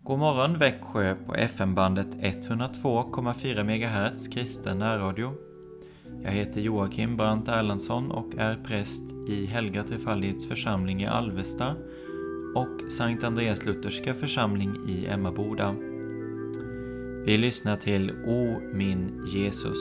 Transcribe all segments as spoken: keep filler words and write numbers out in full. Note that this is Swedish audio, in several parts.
God morgon Växjö på F M-bandet etthundratvå komma fyra megahertz kristen närradio. Jag heter Joakim Brandt Erlandsson och är präst i Helga Trefaldighets församling i Alvesta och Sankt Andreas Lutherska församling i Emmaboda. Vi lyssnar till O min Jesus.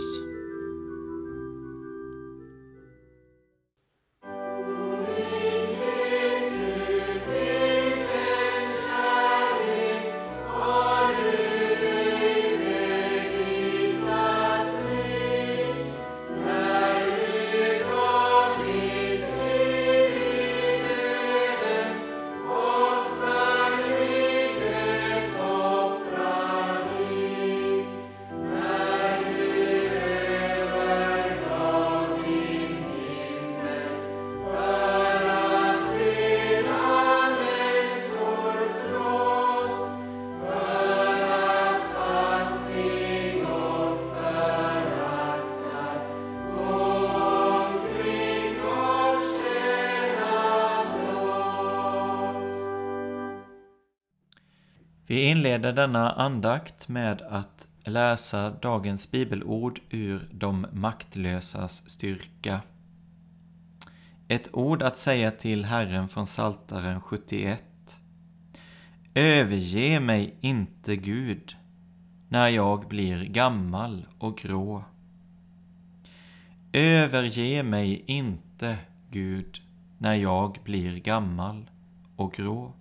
Vi inleder denna andakt med att läsa dagens bibelord ur de maktlösas styrka. Ett ord att säga till Herren från Psaltaren sjuttioett. Överge mig inte, Gud, när jag blir gammal och grå. Överge mig inte, Gud, när jag blir gammal och grå.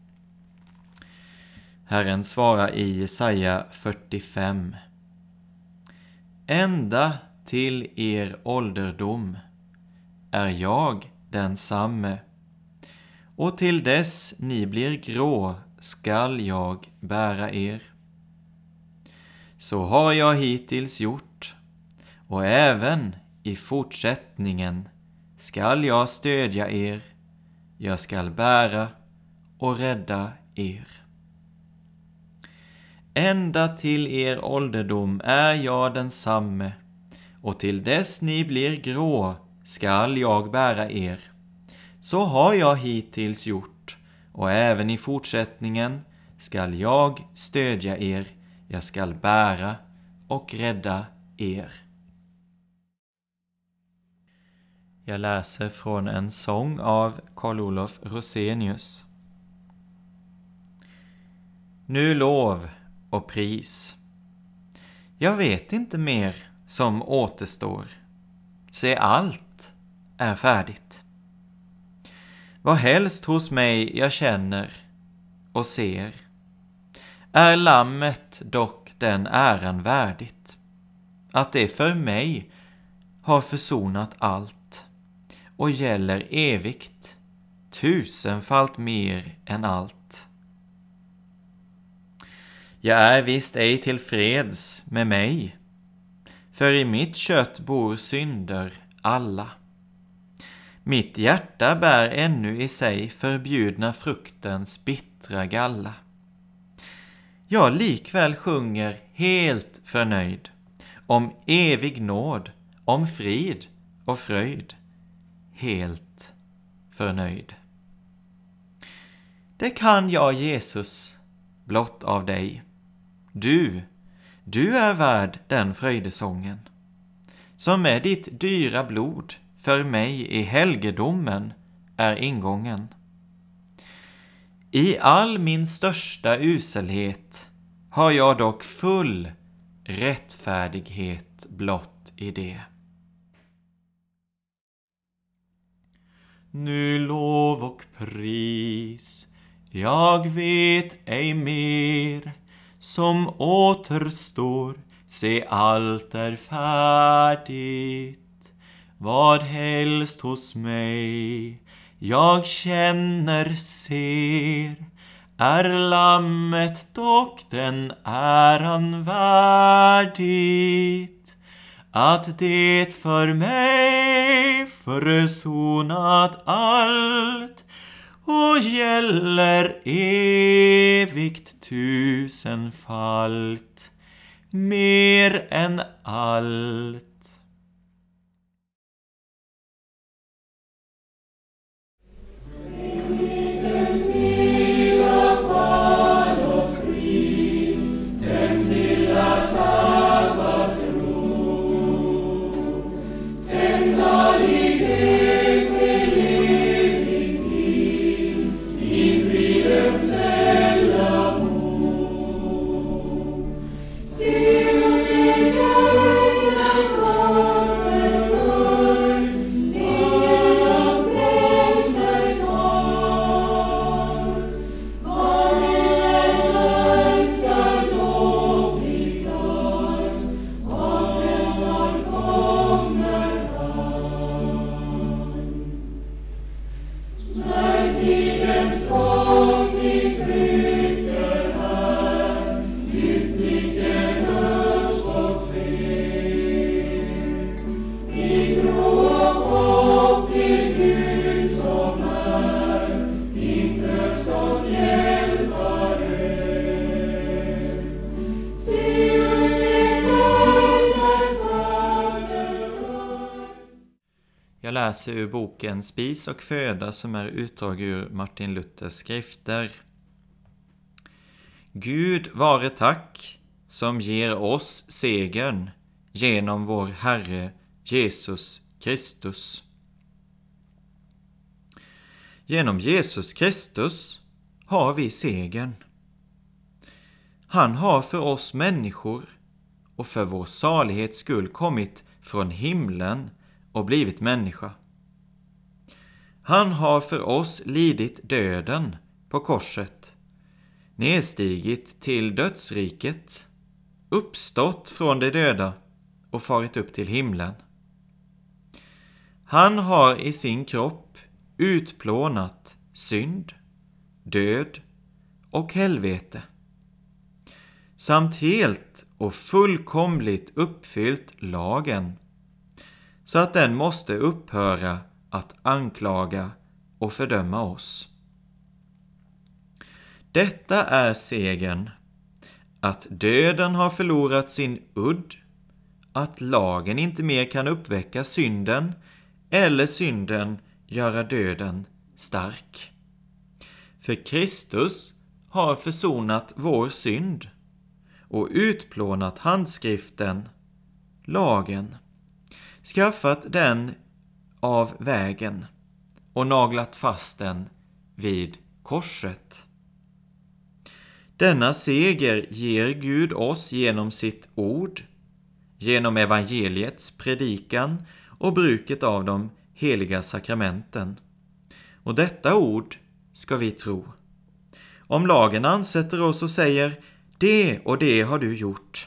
Herren svarar i Jesaja fyrtiofem. Ända till er ålderdom är jag densamme, och till dess ni blir grå skall jag bära er. Så har jag hittills gjort, och även i fortsättningen skall jag stödja er, jag skall bära och rädda er. Ända till er ålderdom är jag densamme, och till dess ni blir grå skall jag bära er. Så har jag hittills gjort, och även i fortsättningen skall jag stödja er, jag skall bära och rädda er. Jag läser från en sång av Carl Olof Rosenius. Nu lov och pris. Jag vet inte mer som återstår. Se, allt är färdigt. Vad helst hos mig jag känner och ser, är lammet dock den äran värdigt, att det för mig har försonat allt och gäller evigt, tusenfalt mer än allt. Jag är visst ej tillfreds med mig, för i mitt kött bor synder alla. Mitt hjärta bär ännu i sig förbjudna fruktens bittra galla. Jag likväl sjunger helt förnöjd om evig nåd, om frid och fröjd, helt förnöjd. Det kan jag, Jesus, blott av dig. Du, du är värd den fröjdesången, som med ditt dyra blod för mig i helgedomen är ingången. I all min största uselhet har jag dock full rättfärdighet blott i det. Nu lov och pris, jag vet ej mer som återstår, se allt är färdigt. Vad helst hos mig jag känner, ser, är lammet dock den äran värdigt, att det för mig försonat allt och gäller evigt tusenfalt mer än allt. Tiden till att vara oss läser ur boken Spis och föda som är utdrag ur Martin Luthers skrifter. Gud vare tack som ger oss segern genom vår Herre Jesus Kristus. Genom Jesus Kristus har vi segern. Han har för oss människor och för vår salighets skull kommit från himlen och blivit människa. Han har för oss lidit döden på korset, nedstigit till dödsriket, uppstått från de döda och farit upp till himlen. Han har i sin kropp utplånat synd, död och helvete, samt helt och fullkomligt uppfyllt lagen, så att den måste upphöra att anklaga och fördöma oss. Detta är segern, att döden har förlorat sin udd, att lagen inte mer kan uppväcka synden eller synden göra döden stark. För Kristus har försonat vår synd och utplånat handskriften, lagen, skaffat den av vägen och naglat fast den vid korset. Denna seger ger Gud oss genom sitt ord, genom evangeliets predikan och bruket av de heliga sakramenten. Och detta ord ska vi tro. Om lagen ansätter oss och säger, det och det har du gjort,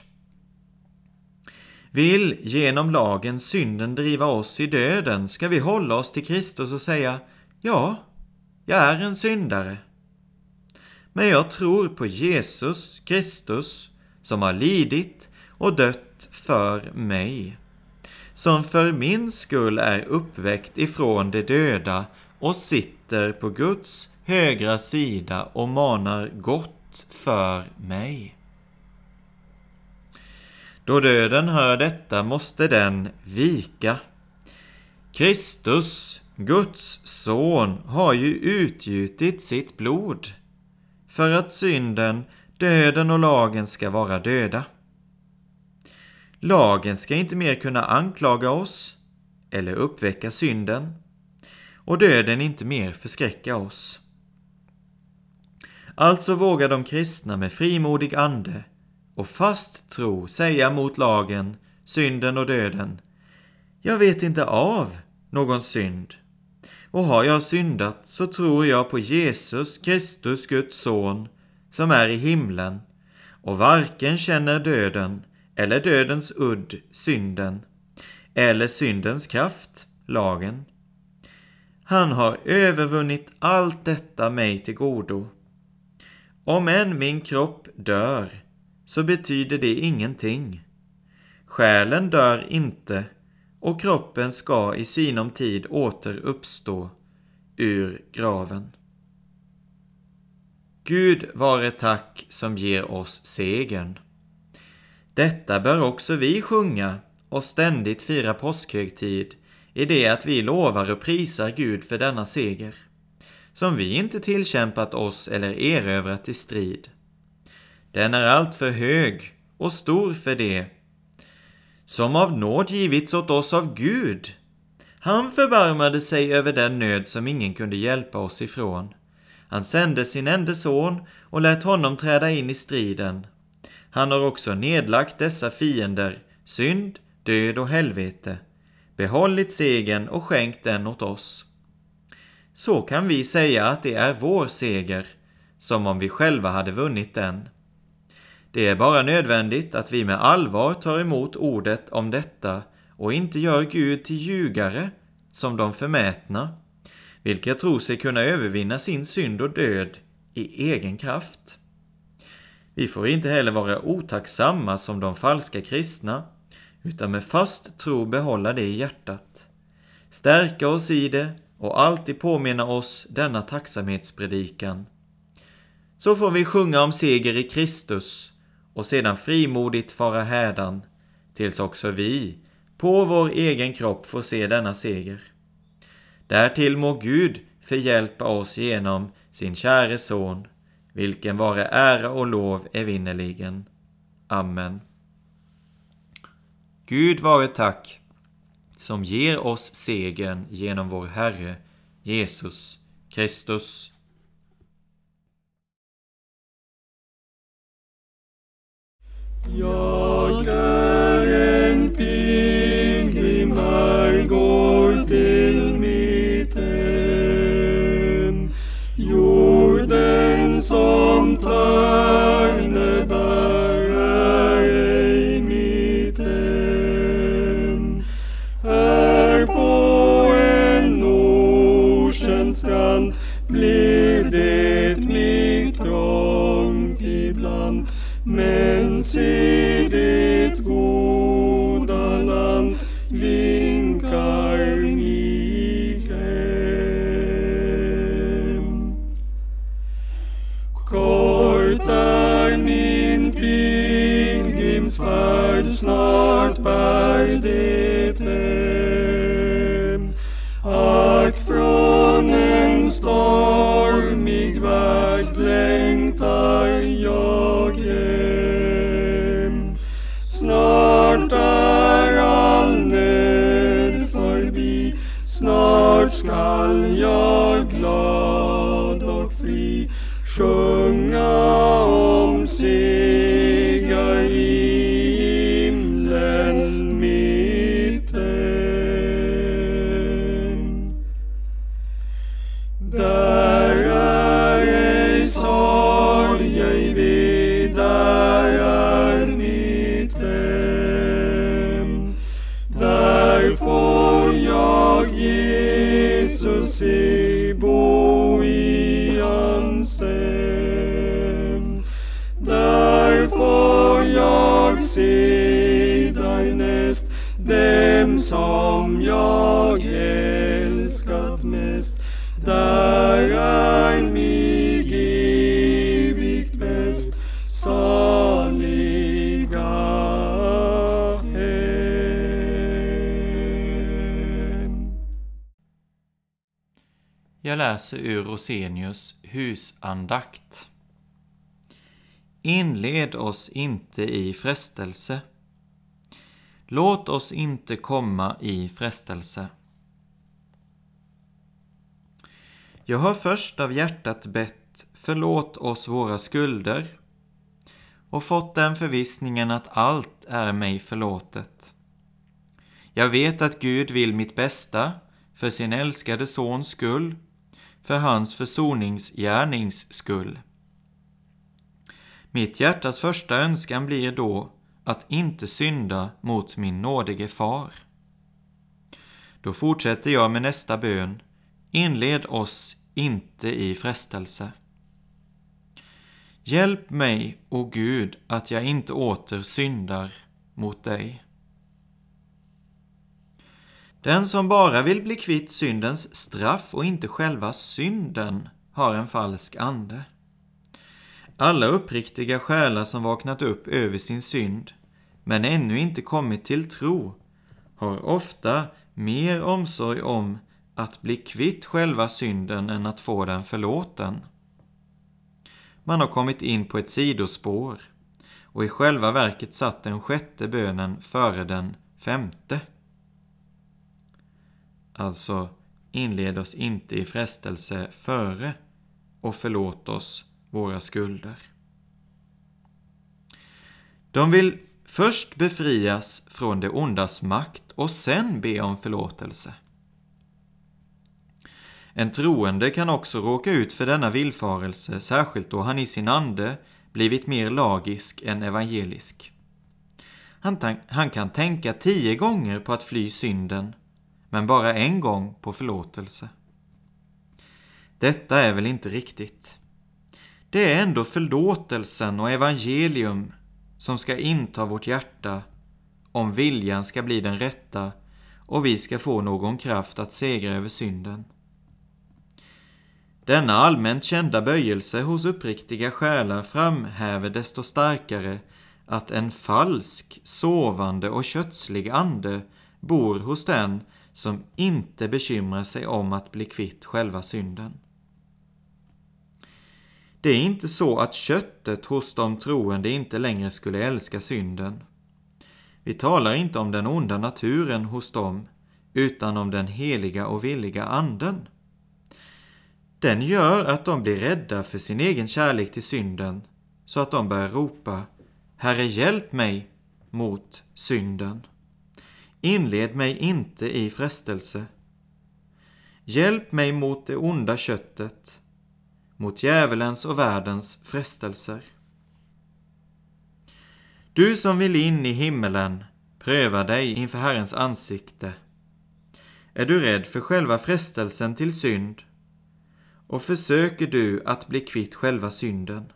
vill genom lagen synden driva oss i döden, ska vi hålla oss till Kristus och säga, ja, jag är en syndare. Men jag tror på Jesus Kristus som har lidit och dött för mig, som för min skull är uppväckt ifrån de döda och sitter på Guds högra sida och manar gott för mig. Då döden hör detta måste den vika. Kristus, Guds son, har ju utgjutit sitt blod för att synden, döden och lagen ska vara döda. Lagen ska inte mer kunna anklaga oss eller uppväcka synden, och döden inte mer förskräcka oss. Alltså vågar de kristna med frimodig ande och fast tro säga mot lagen, synden och döden, jag vet inte av någon synd, och har jag syndat så tror jag på Jesus Kristus, Guds son, som är i himlen och varken känner döden eller dödens udd, synden, eller syndens kraft, lagen. Han har övervunnit allt detta mig till godo. Om än min kropp dör, så betyder det ingenting. Själen dör inte, och kroppen ska i sinom tid åter uppstå ur graven. Gud vare tack som ger oss segern. Detta bör också vi sjunga och ständigt fira påskhögtid i det att vi lovar och prisar Gud för denna seger, som vi inte tillkämpat oss eller erövrat i strid. Den är allt för hög och stor för det, som av nåd givits åt oss av Gud. Han förbarmade sig över den nöd som ingen kunde hjälpa oss ifrån. Han sände sin enda son och lät honom träda in i striden. Han har också nedlagt dessa fiender, synd, död och helvete, behållit segern och skänkt den åt oss. Så kan vi säga att det är vår seger, som om vi själva hade vunnit den. Det är bara nödvändigt att vi med allvar tar emot ordet om detta och inte gör Gud till ljugare som de förmätna, vilka tror sig kunna övervinna sin synd och död i egen kraft. Vi får inte heller vara otacksamma som de falska kristna, utan med fast tro behålla det i hjärtat. Stärka oss i det och alltid påminna oss denna tacksamhetspredikan. Så får vi sjunga om seger i Kristus och sedan frimodigt fara härdan, tills också vi på vår egen kropp får se denna seger. Därtill må Gud förhjälpa oss genom sin käre son, vilken vare ära och lov evinnerligen. Amen. Gud vare tack, som ger oss segern genom vår Herre Jesus Kristus. Jag är en pilgrim, här går till mitt hem. Jorden som törnebär är ej mitt hem. Här på en oceanstrand blir det mig trångt ibland. Men se det goda land vinkar mig hem. Kort är min pilgrimsfärd, snart bär det hem. Ack, från en stormig värld längtar jag hem. Snart är all nöd förbi, snart skall jag glad och fri sjunga om seger i himlen mitt hem. Där är ej sorg, ej vid, där är mitt hem. Där får jag Jesus se, bo i hans hem. Där får jag se därnäst dem som jag älskat mest. Där är mig evigt bäst, saliga hem. Jag läser ur Rosenius husandakt. Inled oss inte i frestelse. Låt oss inte komma i frestelse. Jag har först av hjärtat bett, förlåt oss våra skulder, och fått den förvissningen att allt är mig förlåtet. Jag vet att Gud vill mitt bästa, för sin älskade sons skull, för hans försoningsgärnings skull. Mitt hjärtas första önskan blir då att inte synda mot min nådige far. Då fortsätter jag med nästa bön. Inled oss inte i frestelse. Hjälp mig, o Gud, att jag inte åter syndar mot dig. Den som bara vill bli kvitt syndens straff och inte själva synden har en falsk ande. Alla uppriktiga själar som vaknat upp över sin synd, men ännu inte kommit till tro, har ofta mer omsorg om att bli kvitt själva synden än att få den förlåten. Man har kommit in på ett sidospår och i själva verket satt den sjätte bönen före den femte. Alltså, inled oss inte i frestelse före och förlåt oss våra skulder. De vill först befrias från det ondas makt och sen be om förlåtelse. En troende kan också råka ut för denna villfarelse, särskilt då han i sin ande blivit mer lagisk än evangelisk. Han, t- han kan tänka tio gånger på att fly synden, men bara en gång på förlåtelse. Detta är väl inte riktigt. Det är ändå förlåtelsen och evangelium som ska inta vårt hjärta om viljan ska bli den rätta och vi ska få någon kraft att segra över synden. Denna allmänt kända böjelse hos uppriktiga själar framhäver desto starkare att en falsk, sovande och kötslig ande bor hos den som inte bekymrar sig om att bli kvitt själva synden. Det är inte så att köttet hos de troende inte längre skulle älska synden. Vi talar inte om den onda naturen hos dem, utan om den heliga och villiga anden. Den gör att de blir rädda för sin egen kärlek till synden, så att de börjar ropa: Herre, hjälp mig mot synden. Inled mig inte i frestelse. Hjälp mig mot det onda köttet, mot djävulens och världens frestelser. Du som vill in i himmelen, pröva dig inför Herrens ansikte. Är du rädd för själva frestelsen till synd, och försöker du att bli kvitt själva synden?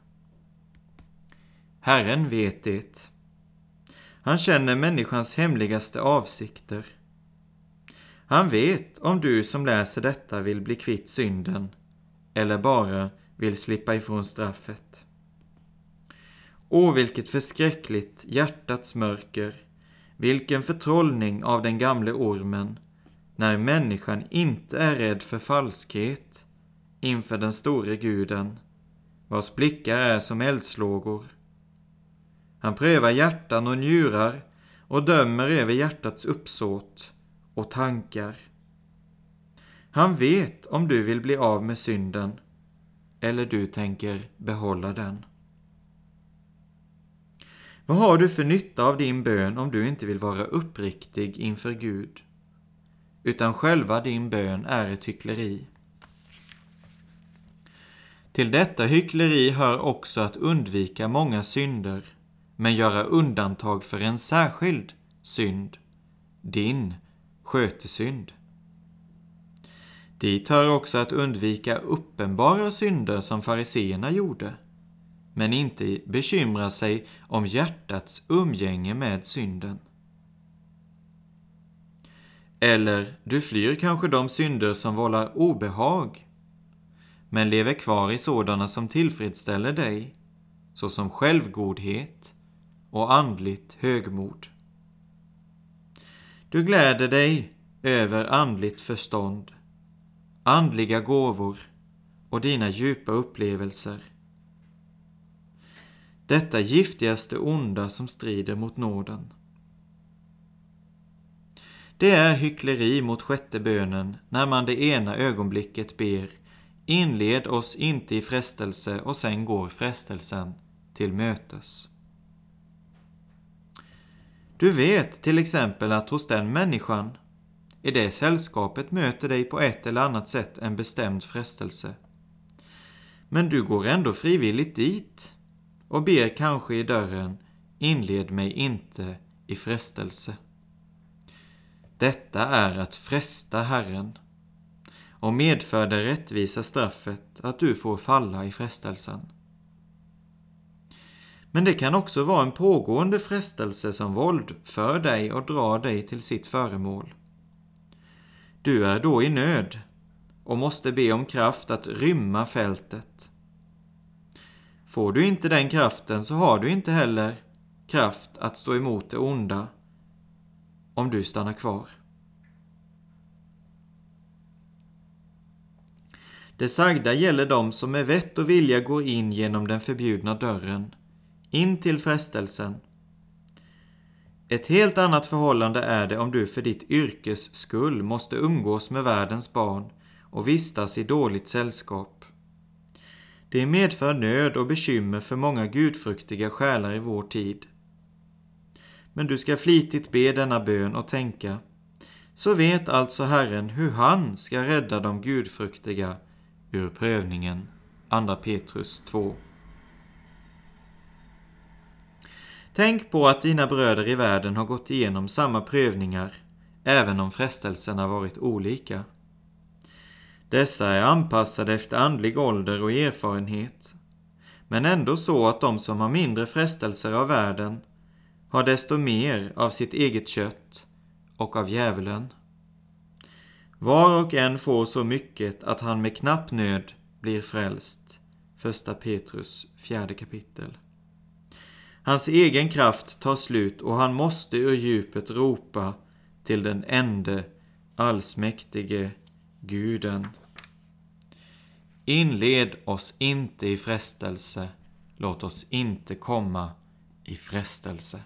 Herren vet det. Han känner människans hemligaste avsikter. Han vet om du som läser detta vill bli kvitt synden eller bara vill slippa ifrån straffet. Åh, vilket förskräckligt hjärtats mörker, vilken förtrollning av den gamle ormen, när människan inte är rädd för falskhet inför den store guden, vars blickar är som eldslågor. Han prövar hjärtan och njurar och dömer över hjärtats uppsåt och tankar. Han vet om du vill bli av med synden eller du tänker behålla den. Vad har du för nytta av din bön om du inte vill vara uppriktig inför Gud, utan själva din bön är ett hyckleri? Till detta hyckleri hör också att undvika många synder, men göra undantag för en särskild synd, din skötesynd. Dit hör också att undvika uppenbara synder som fariseerna gjorde, men inte bekymra sig om hjärtats umgänge med synden. Eller du flyr kanske de synder som vållar obehag, men lever kvar i sådana som tillfredsställer dig, såsom självgodhet och andligt högmod. Du gläder dig över andligt förstånd, andliga gåvor och dina djupa upplevelser. Detta giftigaste onda som strider mot nåden. Det är hyckleri mot sjätte bönen när man det ena ögonblicket ber: inled oss inte i frestelse, och sen går frestelsen till mötes. Du vet till exempel att hos den människan i det sällskapet möter dig på ett eller annat sätt en bestämd frestelse. Men du går ändå frivilligt dit och ber kanske i dörren: inled mig inte i frestelse. Detta är att fresta Herren och medför det rättvisa straffet att du får falla i frestelsen. Men det kan också vara en pågående frestelse som våldför dig och drar dig till sitt föremål. Du är då i nöd och måste be om kraft att rymma fältet. Får du inte den kraften så har du inte heller kraft att stå emot det onda om du stannar kvar. Det sagda gäller dem som med vett och vilja går in genom den förbjudna dörren, in till frestelsen. Ett helt annat förhållande är det om du för ditt yrkes skull måste umgås med världens barn och vistas i dåligt sällskap. Det medför nöd och bekymmer för många gudfruktiga själar i vår tid. Men du ska flitigt be denna bön och tänka: så vet alltså Herren hur han ska rädda de gudfruktiga ur prövningen. Andra Petrus två. Tänk på att dina bröder i världen har gått igenom samma prövningar, även om frestelserna varit olika. Dessa är anpassade efter andlig ålder och erfarenhet, men ändå så att de som har mindre frestelser av världen har desto mer av sitt eget kött och av djävulen. Var och en får så mycket att han med knapp nöd blir frälst. Första Petrus fjärde kapitel. Hans egen kraft tar slut och han måste ur djupet ropa till den ende allsmäktige Guden. Inled oss inte i frestelse, låt oss inte komma i frestelse.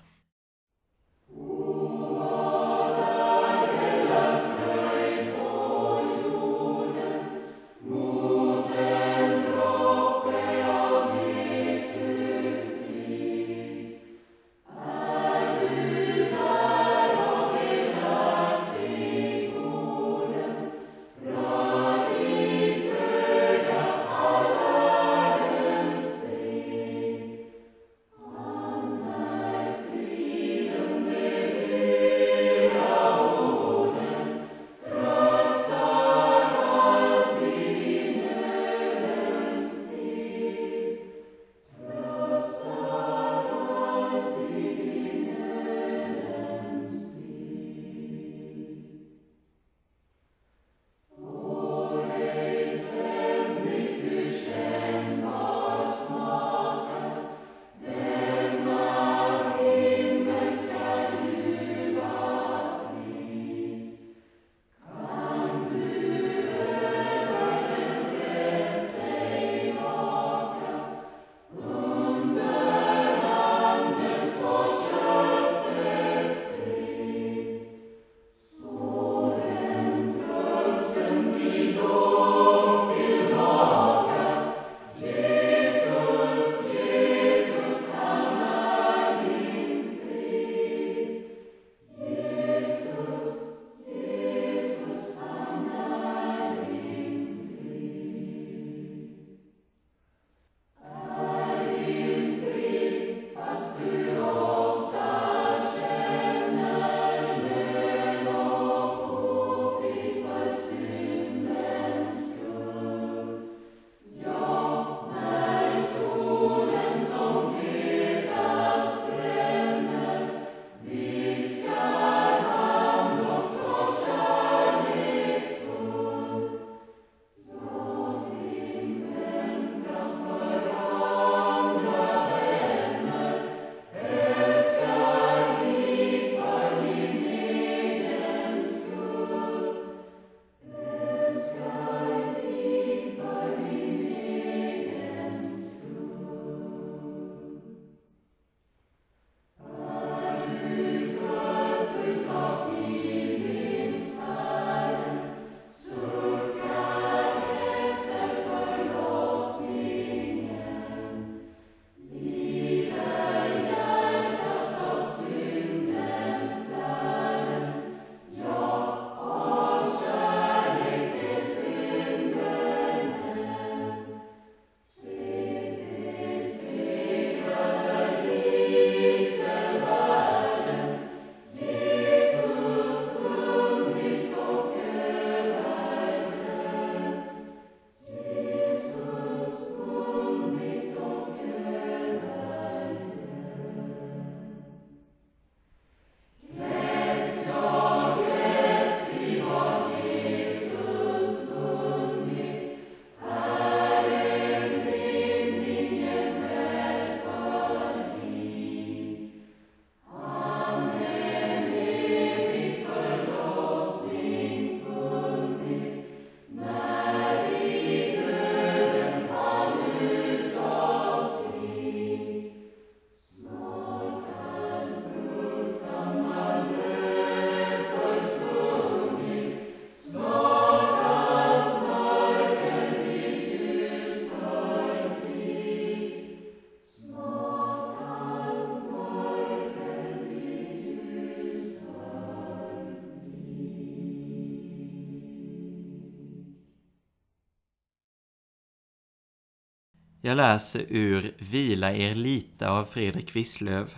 Jag läser ur Vila er lite av Fredrik Wisslöf.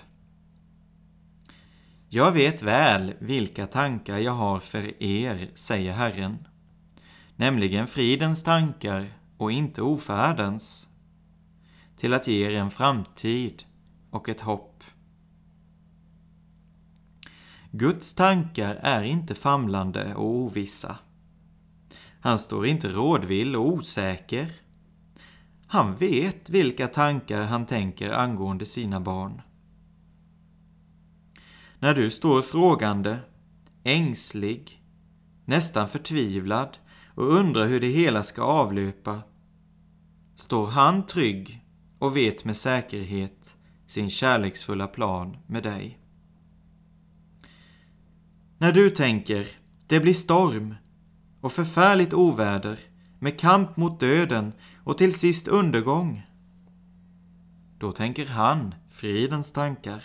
Jag vet väl vilka tankar jag har för er, säger Herren, nämligen fridens tankar och inte ofärdens, till att ge er en framtid och ett hopp. Guds tankar är inte famlande och ovissa. Han står inte rådvill och osäker. Han vet vilka tankar han tänker angående sina barn. När du står frågande, ängslig nästan förtvivlad och undrar hur det hela ska avlöpa, står han trygg och vet med säkerhet sin kärleksfulla plan med dig. När du tänker, det blir storm och förfärligt oväder med kamp mot döden och till sist undergång, då tänker han fridens tankar.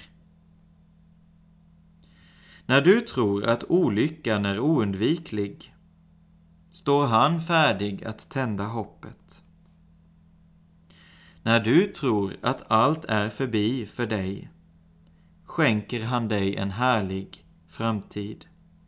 När du tror att olyckan är oundviklig, står han färdig att tända hoppet. När du tror att allt är förbi för dig, skänker han dig en härlig framtid.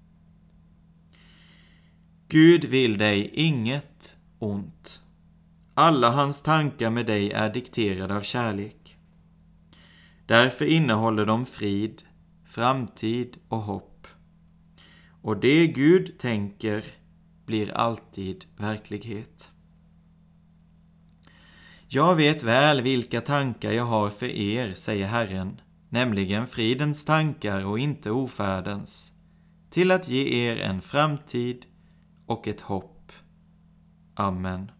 Gud vill dig inget ont. Alla hans tankar med dig är dikterade av kärlek. Därför innehåller de frid, framtid och hopp. Och det Gud tänker blir alltid verklighet. Jag vet väl vilka tankar jag har för er, säger Herren, nämligen fridens tankar och inte ofärdens, till att ge er en framtid och ett hopp. Amen.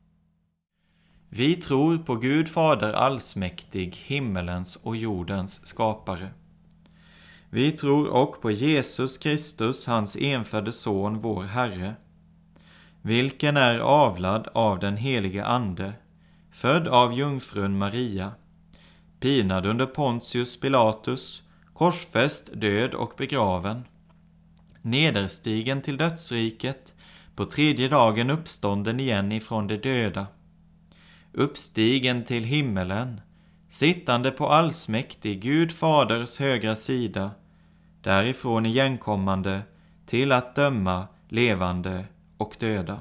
Vi tror på Gud Fader allsmäktig, himmelens och jordens skapare. Vi tror också på Jesus Kristus, hans enfödde son, vår Herre, vilken är avlad av den helige Ande, född av jungfrun Maria, pinad under Pontius Pilatus, korsfäst, död och begraven, nederstigen till dödsriket, på tredje dagen uppstånden igen ifrån de döda, uppstigen till himmelen, sittande på allsmäktig Gud Faders högra sida, därifrån igenkommande till att döma levande och döda.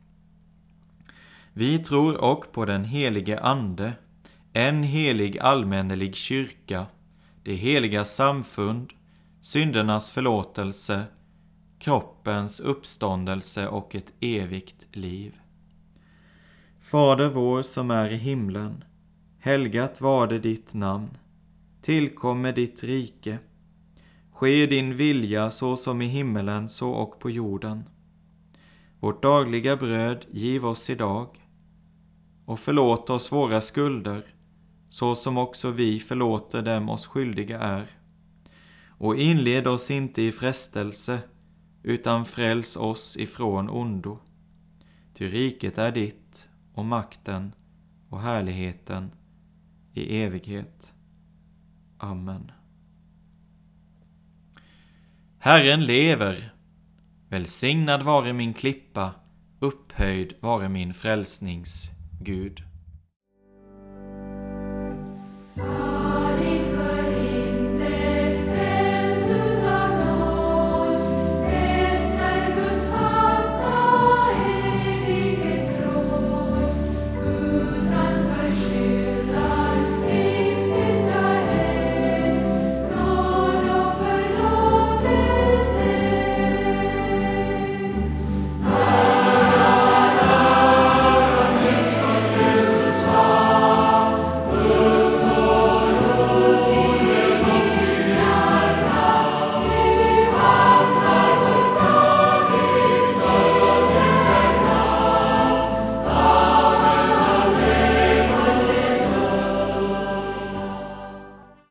Vi tror också på den helige Ande, en helig allmännelig kyrka, det heliga samfund, syndernas förlåtelse, kroppens uppståndelse och ett evigt liv. Fader vår som är i himlen, helgat varde ditt namn, tillkommer ditt rike. Ske din vilja så som i himmelen så och på jorden. Vårt dagliga bröd giv oss idag, och förlåt oss våra skulder, så som också vi förlåter dem oss skyldiga är. Och inled oss inte i frestelse, utan fräls oss ifrån ondo. Ty riket är ditt, och makten och härligheten i evighet. Amen. Herren lever, välsignad vare min klippa, upphöjd vare min frälsnings Gud.